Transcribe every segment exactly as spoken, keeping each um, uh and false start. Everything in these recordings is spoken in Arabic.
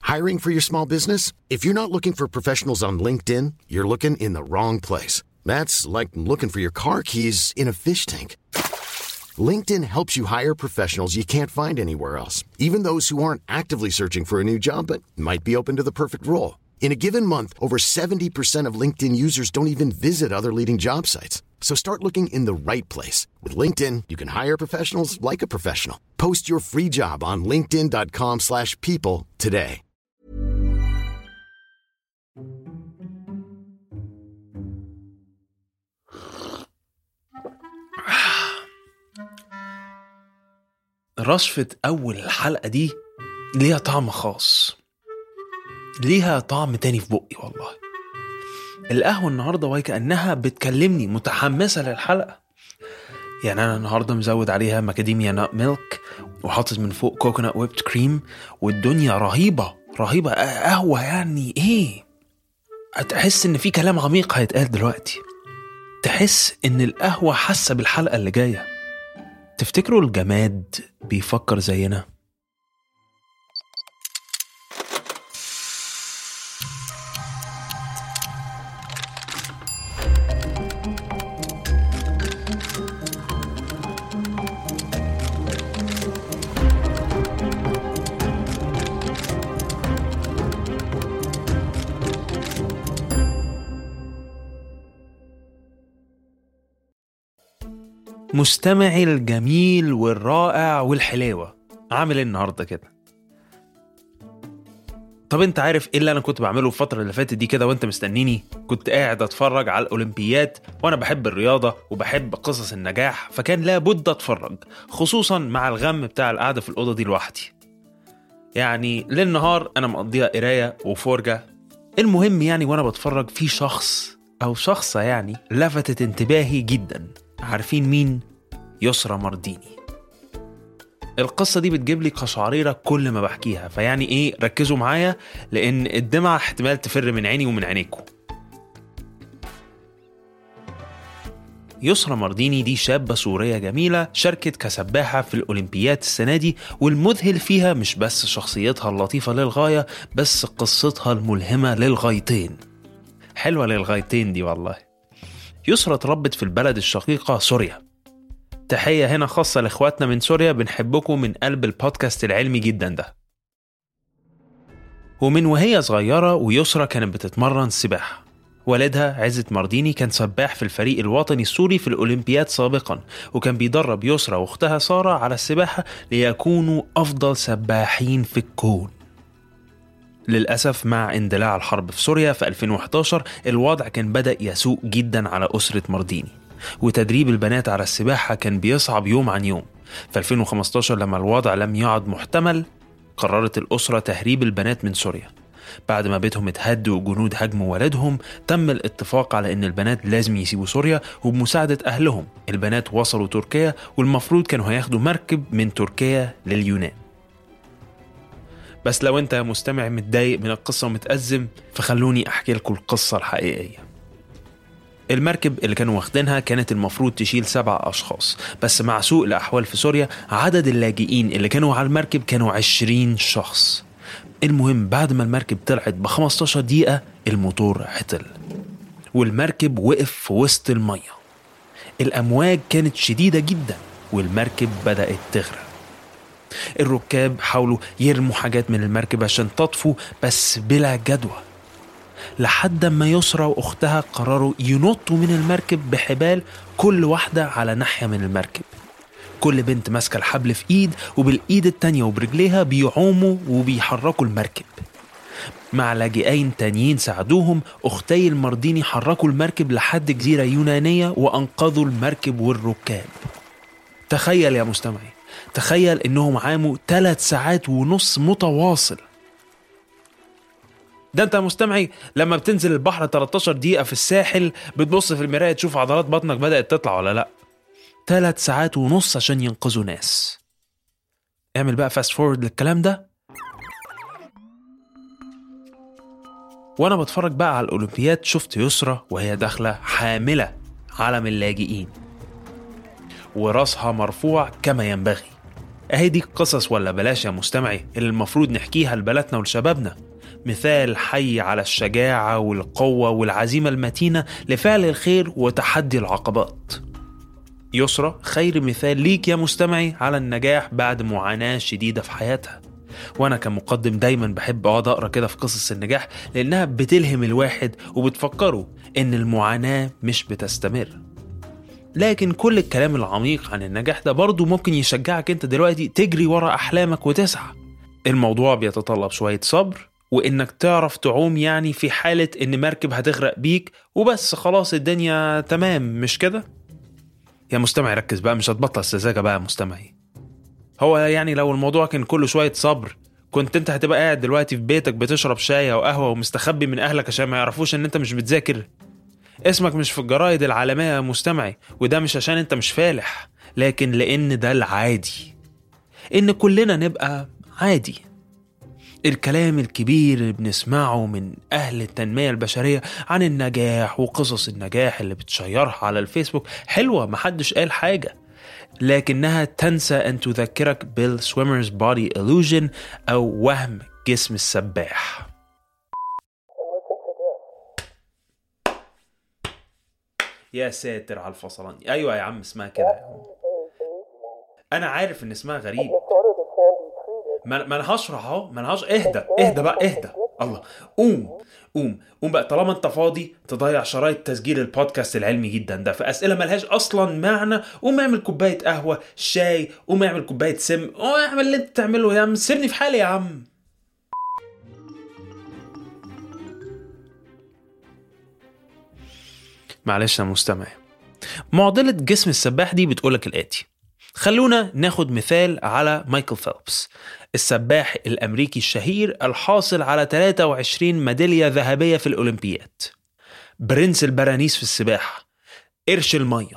Hiring for your small business? If you're not looking for professionals on LinkedIn, you're looking in the wrong place. That's like looking for your car keys in a fish tank. LinkedIn helps you hire professionals you can't find anywhere else, even those who aren't actively searching for a new job but might be open to the perfect role. In a given month, over seventy percent of LinkedIn users don't even visit other leading job sites. So start looking in the right place. With LinkedIn, you can hire professionals like a professional. Post your free job on linkedin dot com slash people today. رشفة أول الحلقة دي ليها طعم خاص، ليها طعم تاني في بقي والله. القهوة النهاردة وهي كأنها بتكلمني، متحمسة للحلقة. يعني أنا النهاردة مزود عليها ماكاديميا نات ميلك وحاطط من فوق كوكونات ويبت كريم، والدنيا رهيبة رهيبة. قهوة يعني إيه؟ هتحس إن في كلام عميق هيتقال دلوقتي، تحس إن القهوة حاسة بالحلقة اللي جاية. تفتكروا الجماد بيفكر زينا؟ مستمعي الجميل والرائع والحلاوة، عامل ايه النهاردة كده؟ طب انت عارف ايه اللي انا كنت بعمله الفترة اللي فاتت دي كده وانت مستنيني؟ كنت قاعد اتفرج على الاولمبيات، وانا بحب الرياضة وبحب قصص النجاح، فكان لابد اتفرج، خصوصا مع الغم بتاع القعدة في الأوضة دي لوحدي. يعني للنهار انا مقضيها قراية وفرجة. المهم يعني وانا بتفرج في شخص او شخصة يعني لفتت انتباهي جدا. عارفين مين؟ يسرى مرديني. القصة دي بتجيب لي قشعريرة كل ما بحكيها، فيعني ايه، ركزوا معايا لان الدمعة احتمال تفر من عيني ومن عينيكم. يسرى مرديني دي شابة سورية جميلة شاركت كسباحة في الأولمبيات السنة دي، والمذهل فيها مش بس شخصيتها اللطيفة للغاية، بس قصتها الملهمة للغايتين. حلوة للغايتين دي والله. يسرى اتربت في البلد الشقيقة سوريا. تحية هنا خاصة لإخواتنا من سوريا، بنحبكم من قلب البودكاست العلمي جدا ده. ومن وهي صغيرة ويسرى كانت بتتمرن سباحة. والدها عزت مرديني كان سباح في الفريق الوطني السوري في الأولمبياد سابقا، وكان بيدرب يسرى واختها سارة على السباحة ليكونوا أفضل سباحين في الكون. للأسف مع اندلاع الحرب في سوريا في ألفين وإحداشر الوضع كان بدأ يسوء جدا على أسرة مرديني، وتدريب البنات على السباحة كان بيصعب يوم عن يوم. في ألفين وخمستاشر لما الوضع لم يعد محتمل، قررت الأسرة تهريب البنات من سوريا. بعد ما بيتهم اتهد وجنود هجموا والدهم، تم الاتفاق على ان البنات لازم يسيبوا سوريا، وبمساعدة اهلهم البنات وصلوا تركيا، والمفروض كانوا هياخدوا مركب من تركيا لليونان. بس لو انت مستمع متضايق من القصة ومتأزم، فخلوني احكي لكم القصة الحقيقية. المركب اللي كانوا واخدينها كانت المفروض تشيل سبع أشخاص، بس مع سوء الأحوال في سوريا عدد اللاجئين اللي كانوا على المركب كانوا عشرين شخص. المهم بعد ما المركب طلعت بخمستاشر دقيقة الموتور عطل، والمركب وقف في وسط المية. الأمواج كانت شديدة جدا والمركب بدأت تغرق. الركاب حاولوا يرموا حاجات من المركب عشان تطفو، بس بلا جدوى، لحد ما يسرى وأختها قرروا ينطوا من المركب بحبال، كل واحدة على ناحية من المركب. كل بنت ماسكة الحبل في إيد، وبالإيد التانية وبرجليها بيعوموا وبيحركوا المركب. مع لاجئين تانيين ساعدوهم، أختي المرديني حركوا المركب لحد جزيرة يونانية وأنقذوا المركب والركاب. تخيل يا مستمعي، تخيل إنهم عاموا ثلاث ساعات ونص متواصل. ده انت مستمعي لما بتنزل البحر تلتاشر دقيقة في الساحل، بتبص في المراية تشوف عضلات بطنك بدأت تطلع ولا لا. ثلاث ساعات ونص عشان ينقذوا ناس. اعمل بقى فاست فورورد للكلام ده. وانا بتفرج بقى على الأولمبياد، شفت يسرى وهي داخلة حاملة علم اللاجئين وراسها مرفوع كما ينبغي. اهي دي قصص ولا بلاش يا مستمعي اللي المفروض نحكيها لبلدنا ولشبابنا، مثال حي على الشجاعة والقوة والعزيمة المتينة لفعل الخير وتحدي العقبات. يسرى خير مثال ليك يا مستمعي على النجاح بعد معاناة شديدة في حياتها. وانا كمقدم دايما بحب اقعد اقرا كده في قصص النجاح لانها بتلهم الواحد وبتفكره ان المعاناة مش بتستمر. لكن كل الكلام العميق عن النجاح ده برضو ممكن يشجعك انت دلوقتي تجري ورا احلامك وتسعى. الموضوع بيتطلب شوية صبر وانك تعرف تعوم، يعني في حالة ان مركب هتغرق بيك وبس خلاص الدنيا تمام، مش كده؟ يا مستمعي ركز بقى، مش هتبطل سذاجة بقى يا مستمعي. هو يعني لو الموضوع كان كله شوية صبر كنت انت هتبقى قاعد دلوقتي في بيتك بتشرب شاي او قهوة ومستخبي من اهلك عشان ما يعرفوش ان انت مش بتذاكر. اسمك مش في الجرايد العالمية يا مستمعي، وده مش عشان انت مش فالح، لكن لان ده العادي، ان كلنا نبقى عادي. الكلام الكبير اللي بنسمعه من أهل التنمية البشرية عن النجاح وقصص النجاح اللي بتشيرها على الفيسبوك حلوة، محدش قال حاجة، لكنها تنسى أن تذكرك بالسويمرز بودي illusion أو وهم جسم السباح. يا ساتر على الفصلان. أيوة يا عم اسمها كده، أنا عارف إن اسمها غريب، ما انا هشرح اهو، ما انا هشرح. اهدى اهدى بقى اهدى، الله قوم قوم قوم بقى طالما انت فاضي تضيع شرايط تسجيل البودكاست العلمي جدا ده في اسئله ملهاش اصلا معنى. قوم اعمل كوبايه قهوه شاي، قوم اعمل كوبايه سم، قوم اعمل اللي انت تعمله يا عم، سيبني في حالي يا عم. معلش يا مستمع، معضله جسم السباح دي بتقولك الاتي. خلونا ناخد مثال على مايكل فيلبس، السباح الأمريكي الشهير الحاصل على ثلاثة وعشرين ميدالية ذهبية في الأولمبياد، برنس البرانيس في السباحة، قرش المية.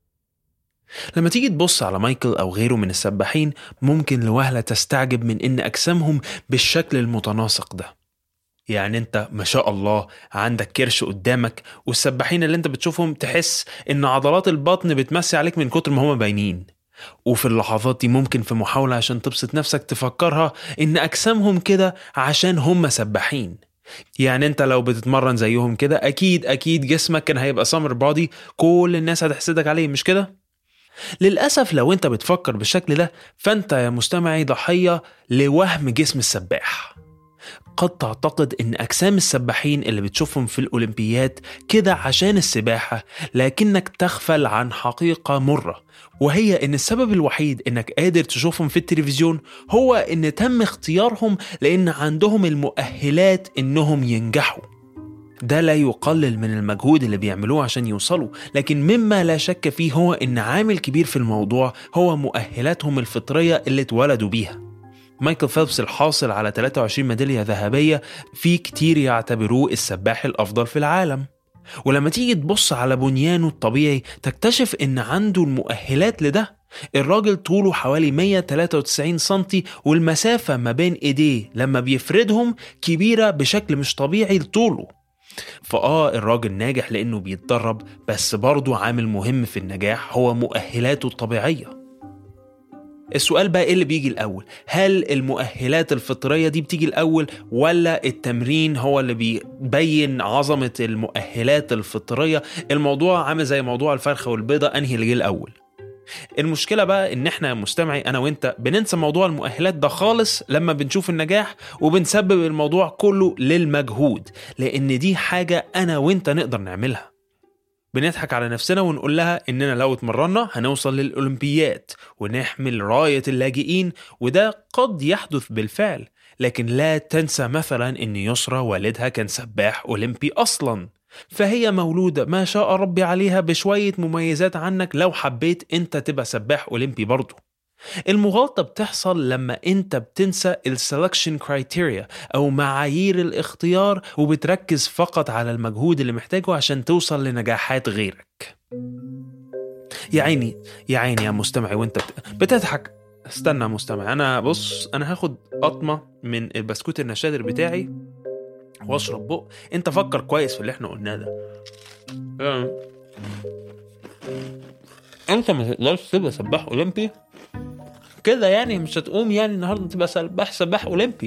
لما تيجي تبص على مايكل أو غيره من السباحين ممكن لوهلة تستعجب من إن أجسامهم بالشكل المتناسق ده. يعني انت ما شاء الله عندك كرش قدامك، والسباحين اللي انت بتشوفهم تحس إن عضلات البطن بتمسي عليك من كتر ما هم باينين. وفي اللحظات دي ممكن في محاولة عشان تبسط نفسك تفكرها إن أجسامهم كده عشان هم سباحين. يعني انت لو بتتمرن زيهم كده أكيد أكيد جسمك كان هيبقى سمر بودي، كل الناس هتحسدك عليه، مش كده؟ للأسف لو انت بتفكر بالشكل ده فانت يا مستمعي ضحية لوهم جسم السباح. قد تعتقد ان اجسام السباحين اللي بتشوفهم في الاولمبيات كده عشان السباحة، لكنك تغفل عن حقيقة مرة، وهي ان السبب الوحيد انك قادر تشوفهم في التلفزيون هو ان تم اختيارهم لان عندهم المؤهلات انهم ينجحوا. ده لا يقلل من المجهود اللي بيعملوه عشان يوصلوا، لكن مما لا شك فيه هو ان عامل كبير في الموضوع هو مؤهلاتهم الفطرية اللي اتولدوا بيها. مايكل فيلبس الحاصل على ثلاثة وعشرين ميدالية ذهبية في كتير يعتبروه السباح الأفضل في العالم، ولما تيجي تبص على بنيانه الطبيعي تكتشف إن عنده المؤهلات لده. الراجل طوله حوالي مية وثلاثة وتسعين سنتي، والمسافة ما بين إيديه لما بيفردهم كبيرة بشكل مش طبيعي لطوله. فآه الراجل ناجح لأنه بيتدرب، بس برضو عامل مهم في النجاح هو مؤهلاته الطبيعية. السؤال بقى إيه اللي بيجي الأول؟ هل المؤهلات الفطرية دي بتيجي الأول ولا التمرين هو اللي بيبين عظمة المؤهلات الفطرية؟ الموضوع عامل زي موضوع الفرخة والبيضة، أنهي اللي جه الأول؟ المشكلة بقى إن إحنا مستمعي أنا وإنت بننسى موضوع المؤهلات ده خالص لما بنشوف النجاح، وبنسبب الموضوع كله للمجهود، لأن دي حاجة أنا وإنت نقدر نعملها. بنضحك على نفسنا ونقول لها إننا لو اتمرنا هنوصل للأولمبيات ونحمل راية اللاجئين، وده قد يحدث بالفعل، لكن لا تنسى مثلا إن يسرى والدها كان سباح أولمبي أصلا، فهي مولودة ما شاء ربي عليها بشوية مميزات عنك لو حبيت أنت تبقى سباح أولمبي برضو. المغالطة بتحصل لما انت بتنسى السلكشن كرايتيريا او معايير الاختيار، وبتركز فقط على المجهود اللي محتاجه عشان توصل لنجاحات غيرك. يا عيني يا عيني يا مستمعي وانت بتضحك. استنى مستمع، انا بص انا هاخد قطمة من البسكوت النشادر بتاعي واشرب بق. انت فكر كويس في اللي احنا قلناه ده. انت ما تقدرش تبقى سباح اولمبي كده يعني مش هتقوم يعني النهاردة تبقى سباح سباح أولمبي.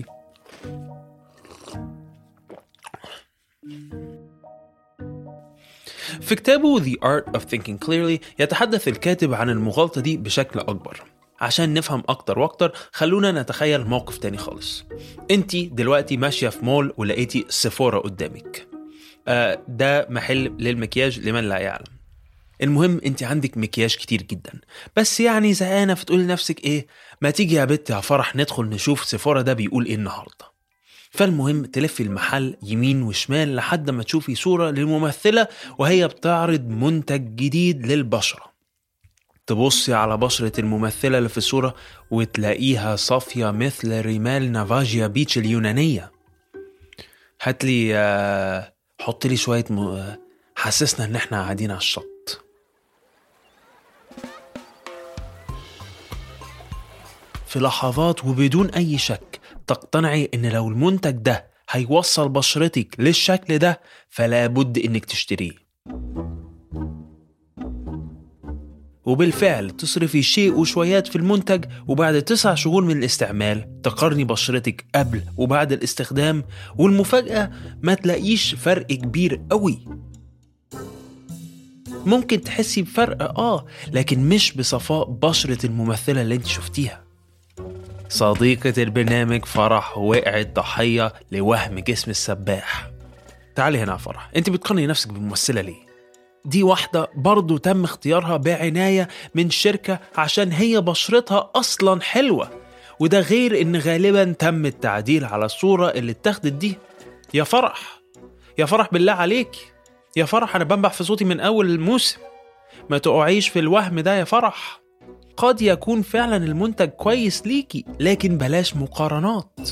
في كتابه The Art of Thinking Clearly يتحدث الكاتب عن المغالطة دي بشكل أكبر. عشان نفهم أكتر وأكتر خلونا نتخيل موقف تاني خالص. انتي دلوقتي ماشية في مول ولقيتي سيفورا قدامك. آه ده محل للمكياج لمن لا يعلم. المهم انتي عندك مكياج كتير جدا، بس يعني زهقانة فتقولي لنفسك ايه، ما تيجي يا بنت يا فرح ندخل نشوف سيفورا ده بيقول ايه النهاردة. فالمهم تلفي المحل يمين وشمال لحد ما تشوفي صورة للممثلة وهي بتعرض منتج جديد للبشرة. تبصي على بشرة الممثلة اللي في الصورة وتلاقيها صافية مثل رمال نافاجيا بيتش اليونانية. هاتلي آه حط لي شوية م... حسسنا ان احنا قاعدين على الشط. في لحظات وبدون اي شك تقتنعي ان لو المنتج ده هيوصل بشرتك للشكل ده فلا بد انك تشتريه. وبالفعل تصرفي شيء وشويات في المنتج، وبعد تسع شهور من الاستعمال تقارني بشرتك قبل وبعد الاستخدام، والمفاجأة ما تلاقيش فرق كبير قوي. ممكن تحسي بفرق آه لكن مش بصفاء بشرة الممثلة اللي انت شفتيها. صديقة البرنامج فرح وقعت ضحية لوهم جسم السباح. تعالي هنا يا فرح، انت بتقارني نفسك بممثلة ليه؟ دي واحدة برضو تم اختيارها بعناية من شركة عشان هي بشرتها أصلا حلوة، وده غير ان غالبا تم التعديل على الصورة اللي اتخذت دي. يا فرح يا فرح بالله عليك يا فرح، أنا بنبح في صوتي من أول الموسم، ما تقعيش في الوهم ده يا فرح. قد يكون فعلا المنتج كويس ليكي لكن بلاش مقارنات.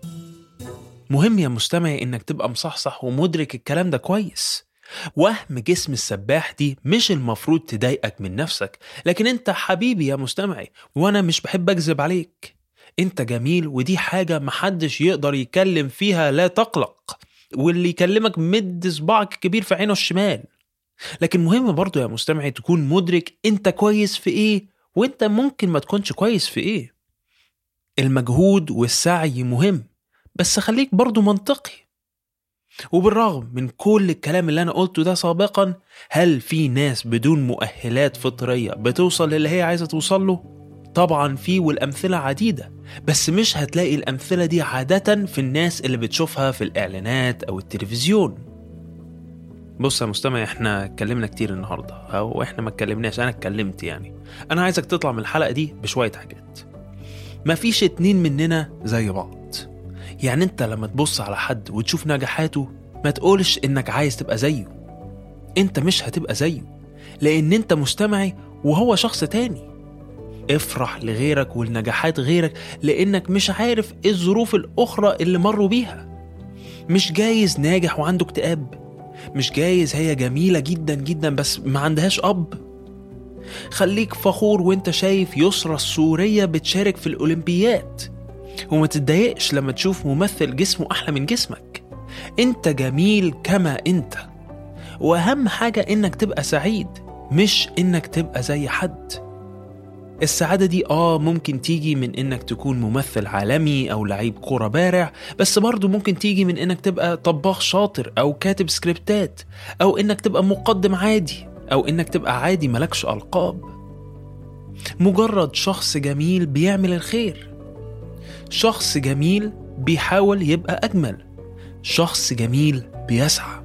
مهم يا مستمعي انك تبقى مصحصح ومدرك الكلام ده كويس. وهم جسم السباح دي مش المفروض تضايقك من نفسك، لكن انت حبيبي يا مستمعي وانا مش بحب اكذب عليك، انت جميل ودي حاجة محدش يقدر يكلم فيها، لا تقلق، واللي يكلمك مد صباعك كبير في عينه الشمال. لكن مهم برضو يا مستمعي تكون مدرك انت كويس في ايه وانت ممكن ما تكونش كويس في ايه. المجهود والسعي مهم، بس خليك برضو منطقي. وبالرغم من كل الكلام اللي انا قلته ده سابقا، هل في ناس بدون مؤهلات فطرية بتوصل للي هي عايزة توصل له؟ طبعا في، والأمثلة عديدة، بس مش هتلاقي الأمثلة دي عادة في الناس اللي بتشوفها في الإعلانات أو التلفزيون. بص يا مستمع، احنا اتكلمنا كتير النهاردة، او احنا ما اتكلمناش، انا اتكلمت يعني. انا عايزك تطلع من الحلقة دي بشوية حاجات. مفيش اتنين مننا زي بعض. يعني انت لما تبص على حد وتشوف نجاحاته ما تقولش انك عايز تبقى زيه. انت مش هتبقى زيه لان انت مستمعي وهو شخص تاني. افرح لغيرك والنجاحات غيرك لانك مش عارف ايه الظروف الاخرى اللي مروا بيها. مش جايز ناجح وعنده اكتئاب، مش جايز هي جميلة جدا جدا بس ما عندهاش أب. خليك فخور وانت شايف يسرى السورية بتشارك في الأولمبيات، وما تتضايقش لما تشوف ممثل جسمه أحلى من جسمك. انت جميل كما انت، وأهم حاجة انك تبقى سعيد مش انك تبقى زي حد. السعادة دي آه ممكن تيجي من إنك تكون ممثل عالمي أو لعيب كورة بارع، بس برضو ممكن تيجي من إنك تبقى طباخ شاطر أو كاتب سكريبتات، أو إنك تبقى مقدم عادي، أو إنك تبقى عادي ملكش ألقاب. مجرد شخص جميل بيعمل الخير، شخص جميل بيحاول يبقى أجمل، شخص جميل بيسعى.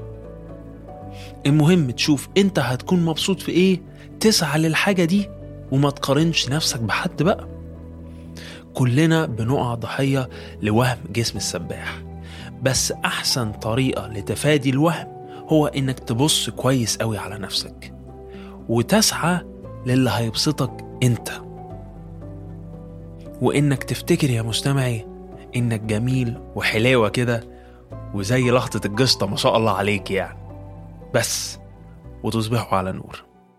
المهم تشوف أنت هتكون مبسوط في إيه، تسعى للحاجة دي وما تقارنش نفسك بحد بقى. كلنا بنقع ضحية لوهم جسم السباح، بس أحسن طريقة لتفادي الوهم هو إنك تبص كويس قوي على نفسك وتسعى للي هيبسطك أنت، وإنك تفتكر يا مستمعي إنك جميل وحلاوة كده وزي لخطة القشطة ما شاء الله عليك يعني، بس وتصبحوا على نور.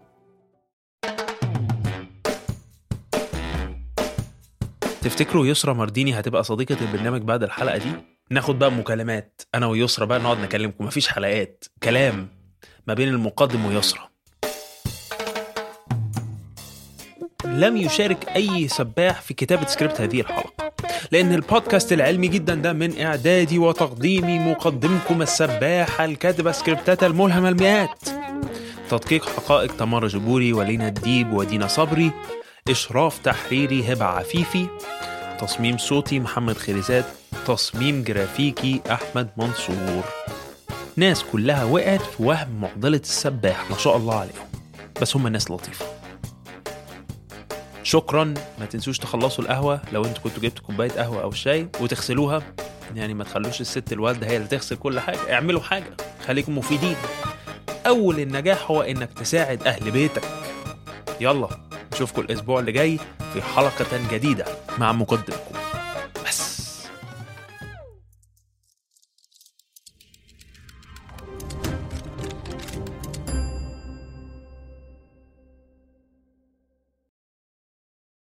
تفتكروا يسرى مرديني هتبقى صديقة البرنامج بعد الحلقة دي؟ ناخد بقى مكالمات أنا ويسرى بقى، نقعد نكلمكم، مفيش حلقات، كلام ما بين المقدم ويسرى. لم يشارك أي سباح في كتابة سكريبت هذه الحلقة، لأن البودكاست العلمي جدا ده من إعدادي وتقديمي مقدمكم السباحة الكاتبة سكريبتات الملهمة المئات. تدقيق حقائق تمر جبوري ولينا الديب ودينا صبري. إشراف تحريري هبة عفيفي. تصميم صوتي محمد خيرزاد. تصميم جرافيكي أحمد منصور. ناس كلها وقعت في وهم معضلة السباح، ما شاء الله عليهم، بس هم ناس لطيفة. شكرا. ما تنسوش تخلصوا القهوة لو انتوا كنتوا جبتوا كوباية قهوة أو شاي وتغسلوها، يعني ما تخلوش الست الوالدة هي اللي تغسل كل حاجة. اعملوا حاجة، خليكم مفيدين. أول النجاح هو إنك تساعد أهل بيتك. يلا نشوفكم الأسبوع اللي جاي في حلقة جديدة مع مقدم.